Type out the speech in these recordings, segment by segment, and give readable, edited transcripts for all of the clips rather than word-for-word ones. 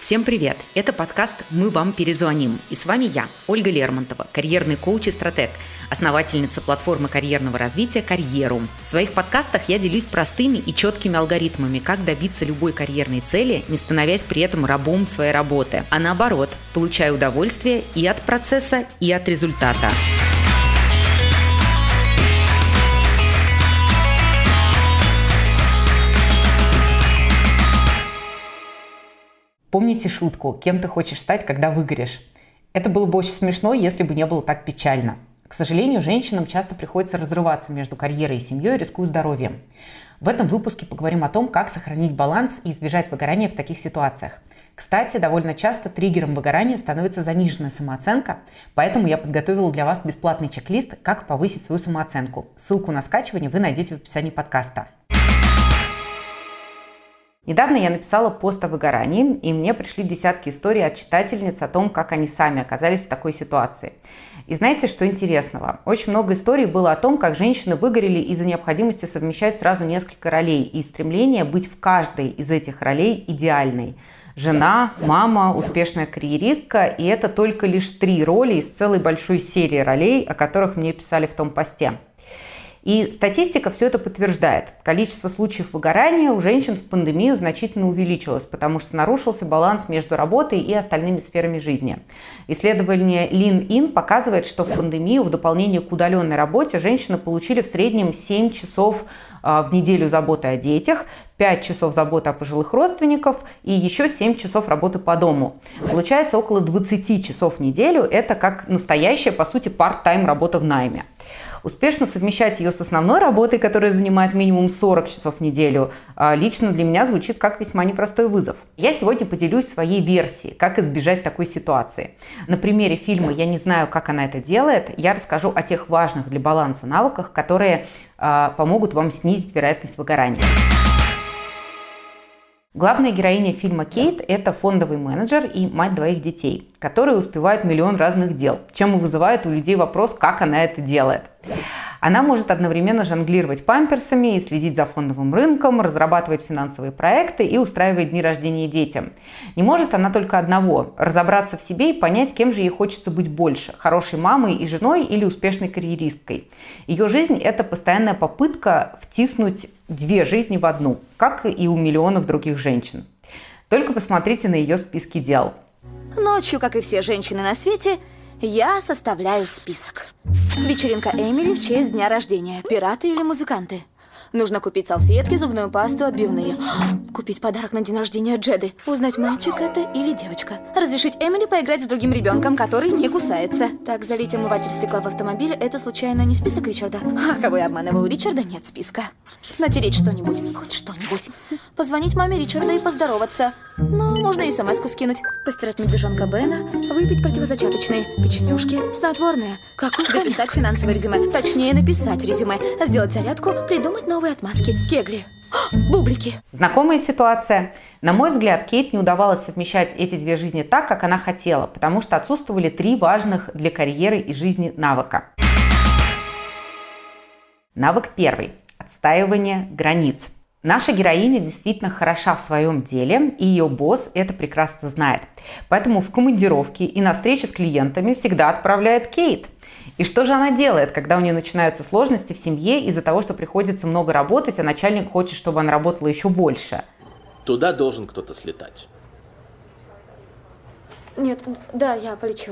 Всем привет! Это подкаст «Мы вам перезвоним». И с вами я, Ольга Лермонтова, карьерный коуч и стратег, основательница платформы карьерного развития «Карьерум». В своих подкастах я делюсь простыми и четкими алгоритмами, как добиться любой карьерной цели, не становясь при этом рабом своей работы, а наоборот, получая удовольствие и от процесса, и от результата. Помните шутку «Кем ты хочешь стать, когда выгоришь?» Это было бы очень смешно, если бы не было так печально. К сожалению, женщинам часто приходится разрываться между карьерой и семьей, рискуя здоровьем. В этом выпуске поговорим о том, как сохранить баланс и избежать выгорания в таких ситуациях. Кстати, довольно часто триггером выгорания становится заниженная самооценка, поэтому я подготовила для вас бесплатный чек-лист «Как повысить свою самооценку». Ссылку на скачивание вы найдете в описании подкаста. Недавно я написала пост о выгорании, и мне пришли десятки историй от читательниц о том, как они сами оказались в такой ситуации. И знаете, что интересного? Очень много историй было о том, как женщины выгорели из-за необходимости совмещать сразу несколько ролей и стремления быть в каждой из этих ролей идеальной. Жена, мама, успешная карьеристка, и это только лишь 3 роли из целой большой серии ролей, о которых мне писали в том посте. И статистика все это подтверждает. Количество случаев выгорания у женщин в пандемию значительно увеличилось, потому что нарушился баланс между работой и остальными сферами жизни. Исследование Lean-In показывает, что в пандемию в дополнение к удаленной работе женщины получили в среднем 7 часов в неделю заботы о детях, 5 часов заботы о пожилых родственников и еще 7 часов работы по дому. Получается около 20 часов в неделю. Это как настоящая, по сути, парт-тайм работа в найме. Успешно совмещать ее с основной работой, которая занимает минимум 40 часов в неделю, лично для меня звучит как весьма непростой вызов. Я сегодня поделюсь своей версией, как избежать такой ситуации. На примере фильма «Я не знаю, как она это делает» я расскажу о тех важных для баланса навыках, которые помогут вам снизить вероятность выгорания. Главная героиня фильма Кейт – это фондовый менеджер и мать 2 детей, которая успевает миллион разных дел, чем и вызывает у людей вопрос, как она это делает. Она может одновременно жонглировать памперсами и следить за фондовым рынком, разрабатывать финансовые проекты и устраивать дни рождения детям. Не может она только одного – разобраться в себе и понять, кем же ей хочется быть больше – хорошей мамой и женой или успешной карьеристкой. Ее жизнь – это постоянная попытка втиснуть 2 жизни в одну, как и у миллионов других женщин. Только посмотрите на ее списки дел. Ночью, как и все женщины на свете, я составляю список. Вечеринка Эмили в честь дня рождения. Пираты или музыканты? Нужно купить салфетки, зубную пасту, отбивные. Купить подарок на день рождения Джеды. Узнать, мальчик это или девочка. Разрешить Эмили поиграть с другим ребенком, который не кусается. Так, залить омыватель стекла в автомобиле – это случайно не список Ричарда? А кого я обманываю, у Ричарда нет списка. Натереть что-нибудь, хоть что-нибудь. Позвонить маме Ричарда и поздороваться. Ну, можно и смс-ку скинуть. Постирать медвежонка Бена, выпить противозачаточные, печенюшки, снотворное. Какой написать финансовое резюме. Точнее, написать резюме. Сделать зарядку, придумать новые отмазки. Кегли. Бублики. Знакомая ситуация. На мой взгляд, Кейт не удавалось совмещать эти 2 жизни так, как она хотела, потому что отсутствовали 3 важных для карьеры и жизни навыка. Навык 1. Отстаивание границ. Наша героиня действительно хороша в своем деле, и ее босс это прекрасно знает. Поэтому в командировке и на встрече с клиентами всегда отправляет Кейт. И что же она делает, когда у нее начинаются сложности в семье из-за того, что приходится много работать, а начальник хочет, чтобы она работала еще больше? Туда должен кто-то слетать. Нет, да, я полечу.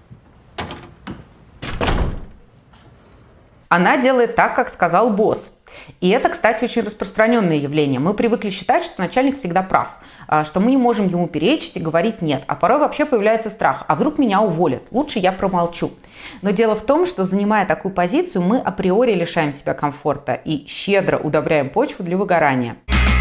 Она делает так, как сказал босс. И это, кстати, очень распространенное явление. Мы привыкли считать, что начальник всегда прав, что мы не можем ему перечить и говорить «нет». А порой вообще появляется страх «а вдруг меня уволят? Лучше я промолчу». Но дело в том, что, занимая такую позицию, мы априори лишаем себя комфорта и щедро удобряем почву для выгорания.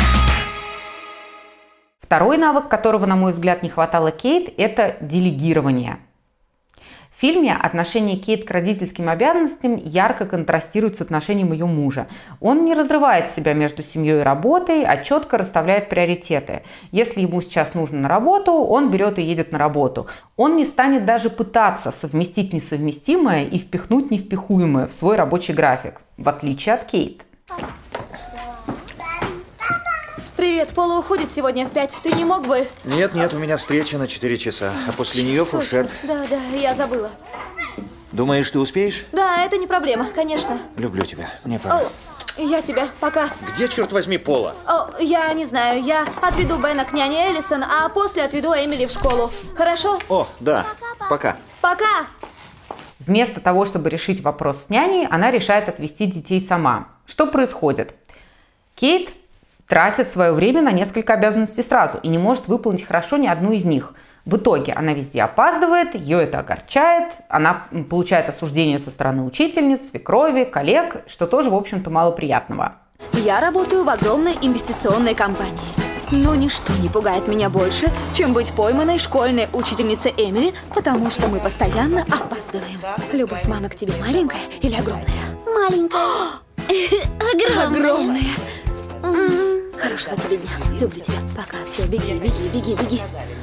Второй навык, которого, на мой взгляд, не хватало Кейт, это делегирование. В фильме отношение Кейт к родительским обязанностям ярко контрастирует с отношением ее мужа. Он не разрывает себя между семьей и работой, а четко расставляет приоритеты. Если ему сейчас нужно на работу, он берет и едет на работу. Он не станет даже пытаться совместить несовместимое и впихнуть невпихуемое в свой рабочий график, в отличие от Кейт. Привет, Пола уходит сегодня в 5. Ты не мог бы... Нет, у меня встреча на 4 часа, а после нее фуршет. Да, я забыла. Думаешь, ты успеешь? Да, это не проблема, конечно. Люблю тебя, мне пора. Я тебя, пока. Где, черт возьми, Пола? Я не знаю, я отведу Бена к няне Эллисон, а после отведу Эмили в школу. Хорошо? Да, пока. Пока! Вместо того, чтобы решить вопрос с няней, она решает отвезти детей сама. Что происходит? Кейт тратит свое время на несколько обязанностей сразу и не может выполнить хорошо ни одну из них. В итоге она везде опаздывает, ее это огорчает, она получает осуждение со стороны учительниц, свекрови, коллег, что тоже, в общем-то, мало приятного. Я работаю в огромной инвестиционной компании. Но ничто не пугает меня больше, чем быть пойманной школьной учительницей Эмили, потому что мы постоянно опаздываем. Любовь, мама к тебе маленькая или огромная? Маленькая. Огромная. Хорошего тебе дня. Люблю тебя. Пока. Все, беги.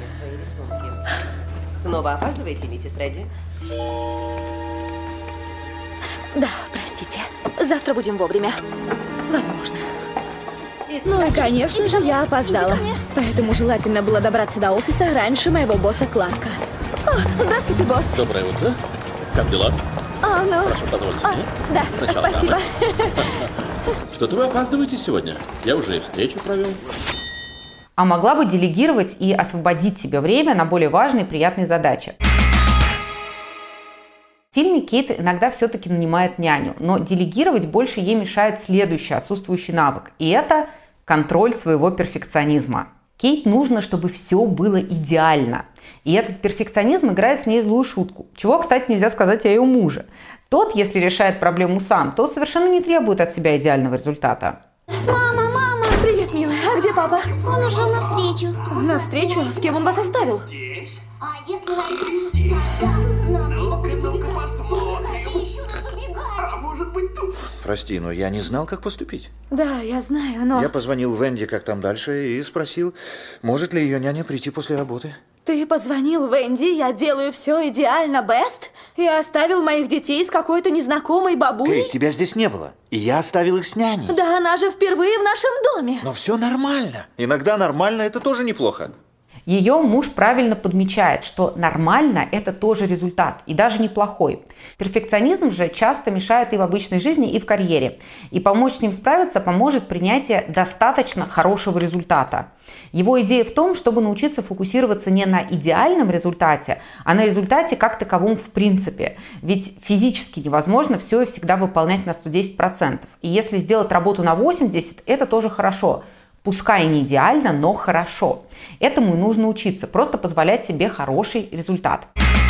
Снова опаздываете, миссис Редди? Да, простите. Завтра будем вовремя. Возможно. Ну и, конечно же, я опоздала. Поэтому желательно было добраться до офиса раньше моего босса Кларка. Здравствуйте, босс. Доброе утро. Как дела? Прошу, позвольте мне. Да, Сначала спасибо. Что-то вы опаздываете сегодня. Я уже и встречу провел. А могла бы делегировать и освободить себе время на более важные и приятные задачи. В фильме Кейт иногда все-таки нанимает няню, но делегировать больше ей мешает следующий отсутствующий навык. И это контроль своего перфекционизма. Кейт нужно, чтобы все было идеально. И этот перфекционизм играет с ней злую шутку. Чего, кстати, нельзя сказать о ее муже. Тот, если решает проблему сам, то совершенно не требует от себя идеального результата. Мама! Привет, милая. А где папа? Он ушел навстречу. Навстречу? С кем он вас оставил? А если найти? Да, нам нужно будет убегать. Хотя еще раз убегать. Прости, но я не знал, как поступить. Да, я знаю, но... Я позвонил Венди, как там дальше, и спросил, может ли ее няня прийти после работы. Ты позвонил Венди, я делаю все идеально, Бест, и оставил моих детей с какой-то незнакомой бабулей? Кейт, тебя здесь не было, и я оставил их с няней. Да она же впервые в нашем доме. Но все нормально. Иногда нормально, это тоже неплохо. Ее муж правильно подмечает, что нормально – это тоже результат, и даже неплохой. Перфекционизм же часто мешает и в обычной жизни, и в карьере. И помочь с ним справиться поможет принятие достаточно хорошего результата. Его идея в том, чтобы научиться фокусироваться не на идеальном результате, а на результате как таковом в принципе. Ведь физически невозможно все и всегда выполнять на 110%. И если сделать работу на 80%, это тоже хорошо. Пускай не идеально, но хорошо. Этому и нужно учиться, просто позволять себе хороший результат.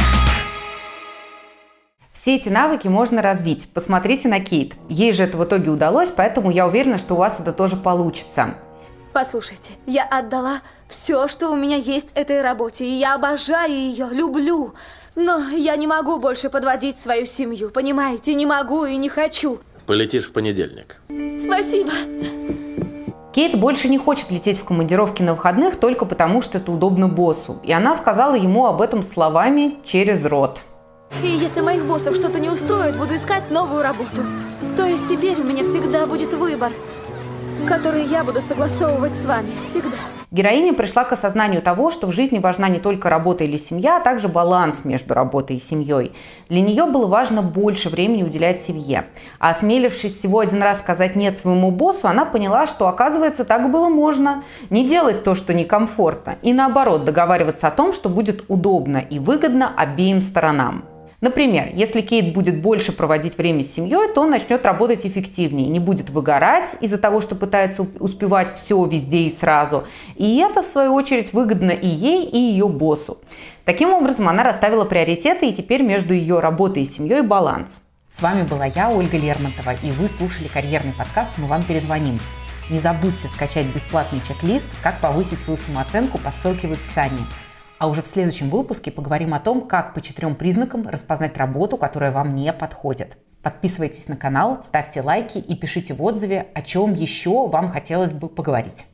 Все эти навыки можно развить. Посмотрите на Кейт. Ей же это в итоге удалось, поэтому я уверена, что у вас это тоже получится. Послушайте, я отдала все, что у меня есть этой работе, и я обожаю ее, люблю. Но я не могу больше подводить свою семью, понимаете? Не могу и не хочу. Полетишь в понедельник. Спасибо. Кейт больше не хочет лететь в командировки на выходных только потому, что это удобно боссу. И она сказала ему об этом словами через рот. И если моих боссов что-то не устроит, буду искать новую работу. То есть теперь у меня всегда будет выбор, который я буду согласовывать с вами. Всегда. Героиня пришла к осознанию того, что в жизни важна не только работа или семья, а также баланс между работой и семьей. Для нее было важно больше времени уделять семье. А осмелившись всего один раз сказать «нет» своему боссу, она поняла, что, оказывается, так было можно. Не делать то, что некомфортно. И наоборот, договариваться о том, что будет удобно и выгодно обеим сторонам. Например, если Кейт будет больше проводить время с семьей, то он начнет работать эффективнее, не будет выгорать из-за того, что пытается успевать все везде и сразу. И это, в свою очередь, выгодно и ей, и ее боссу. Таким образом, она расставила приоритеты, и теперь между ее работой и семьей баланс. С вами была я, Ольга Лермонтова, и вы слушали карьерный подкаст «Мы вам перезвоним». Не забудьте скачать бесплатный чек-лист «Как повысить свою самооценку» по ссылке в описании. А уже в следующем выпуске поговорим о том, как по 4 признакам распознать работу, которая вам не подходит. Подписывайтесь на канал, ставьте лайки и пишите в отзыве, о чем еще вам хотелось бы поговорить.